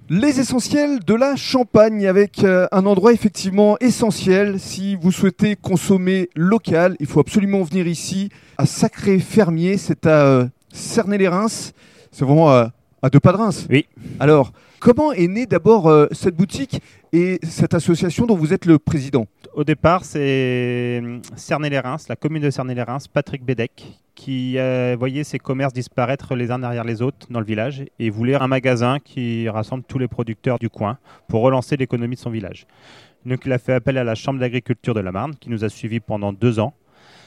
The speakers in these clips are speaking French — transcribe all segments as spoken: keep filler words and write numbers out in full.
Les essentiels de la Champagne avec euh, un endroit effectivement essentiel. Si vous souhaitez consommer local, il faut absolument venir ici à Sacré Fermier. C'est à euh, Cernay-les-Reims. C'est vraiment euh, à deux pas de Reims. Oui. Alors, comment est née d'abord euh, cette boutique et cette association dont vous êtes le président ? Au départ, c'est Cernay-les-Reims, la commune de Cernay-les-Reims, Patrick Bédec, qui euh, voyait ses commerces disparaître les uns derrière les autres dans le village et voulait un magasin qui rassemble tous les producteurs du coin pour relancer l'économie de son village. Donc il a fait appel à la Chambre d'agriculture de la Marne qui nous a suivis pendant deux ans.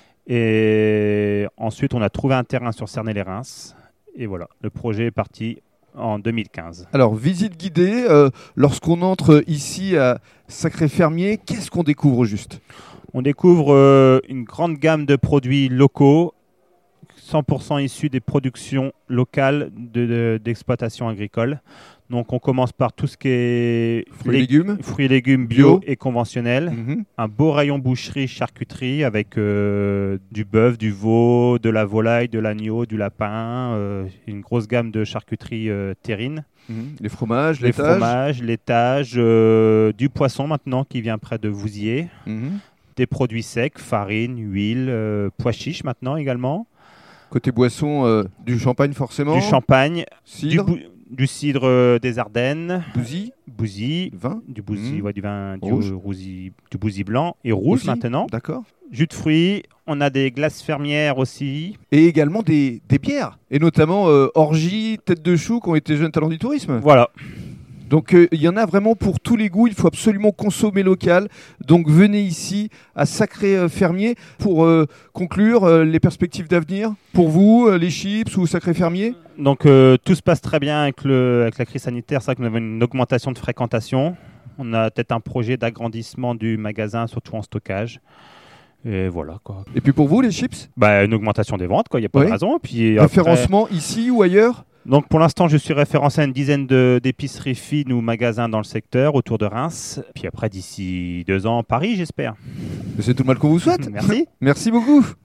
Et ensuite, on a trouvé un terrain sur Cernay-les-Reims. Et voilà, le projet est parti en deux mille quinze. Alors, visite guidée, euh, lorsqu'on entre ici à Sacré Fermier, qu'est-ce qu'on découvre juste ? On découvre euh, une grande gamme de produits locaux, cent pour cent issus des productions locales de, de, d'exploitation agricole. Donc on commence par tout ce qui est fruits et légumes, fruits et légumes bio, bio. et conventionnels. Mmh. Un beau rayon boucherie, charcuterie avec euh, du bœuf, du veau, de la volaille, de l'agneau, du lapin, euh, une grosse gamme de charcuterie euh, terrine. Mmh. Les fromages, les laitage. fromages, laitage, euh, du poisson maintenant qui vient près de Vouziers. Mmh. Des produits secs, farine, huile, euh, pois chiches maintenant également. Côté boisson, euh, du champagne forcément. Du champagne, cidre. Du, bou- du cidre euh, des Ardennes. Bousy. Bousy. Vin. Du bousy, mmh. ouais, du vin du rouge. Rousi, du bousy blanc et rouge aussi, maintenant. D'accord. Jus de fruits. On a des glaces fermières aussi. Et également des, des bières. Et notamment euh, Orgie, Tête de Chou qui ont été jeunes talents du tourisme. Voilà. Donc il euh, y en a vraiment pour tous les goûts, il faut absolument consommer local. Donc venez ici à Sacré euh, Fermier. Pour euh, conclure, euh, les perspectives d'avenir pour vous, euh, les chips ou Sacré Fermier ? Donc euh, tout se passe très bien avec, le, avec la crise sanitaire. C'est vrai qu'on avait une augmentation de fréquentation. On a peut-être un projet d'agrandissement du magasin, surtout en stockage. Et voilà quoi. Et puis pour vous, les chips ? Bah, une augmentation des ventes, quoi. Il n'y a pas oui. de raison. Puis référencement après... ici ou ailleurs ? Donc pour l'instant, je suis référencé à une dizaine de, d'épiceries fines ou magasins dans le secteur autour de Reims. Puis après, d'ici deux ans, Paris, j'espère. C'est tout le mal qu'on vous souhaite. Merci. Merci beaucoup.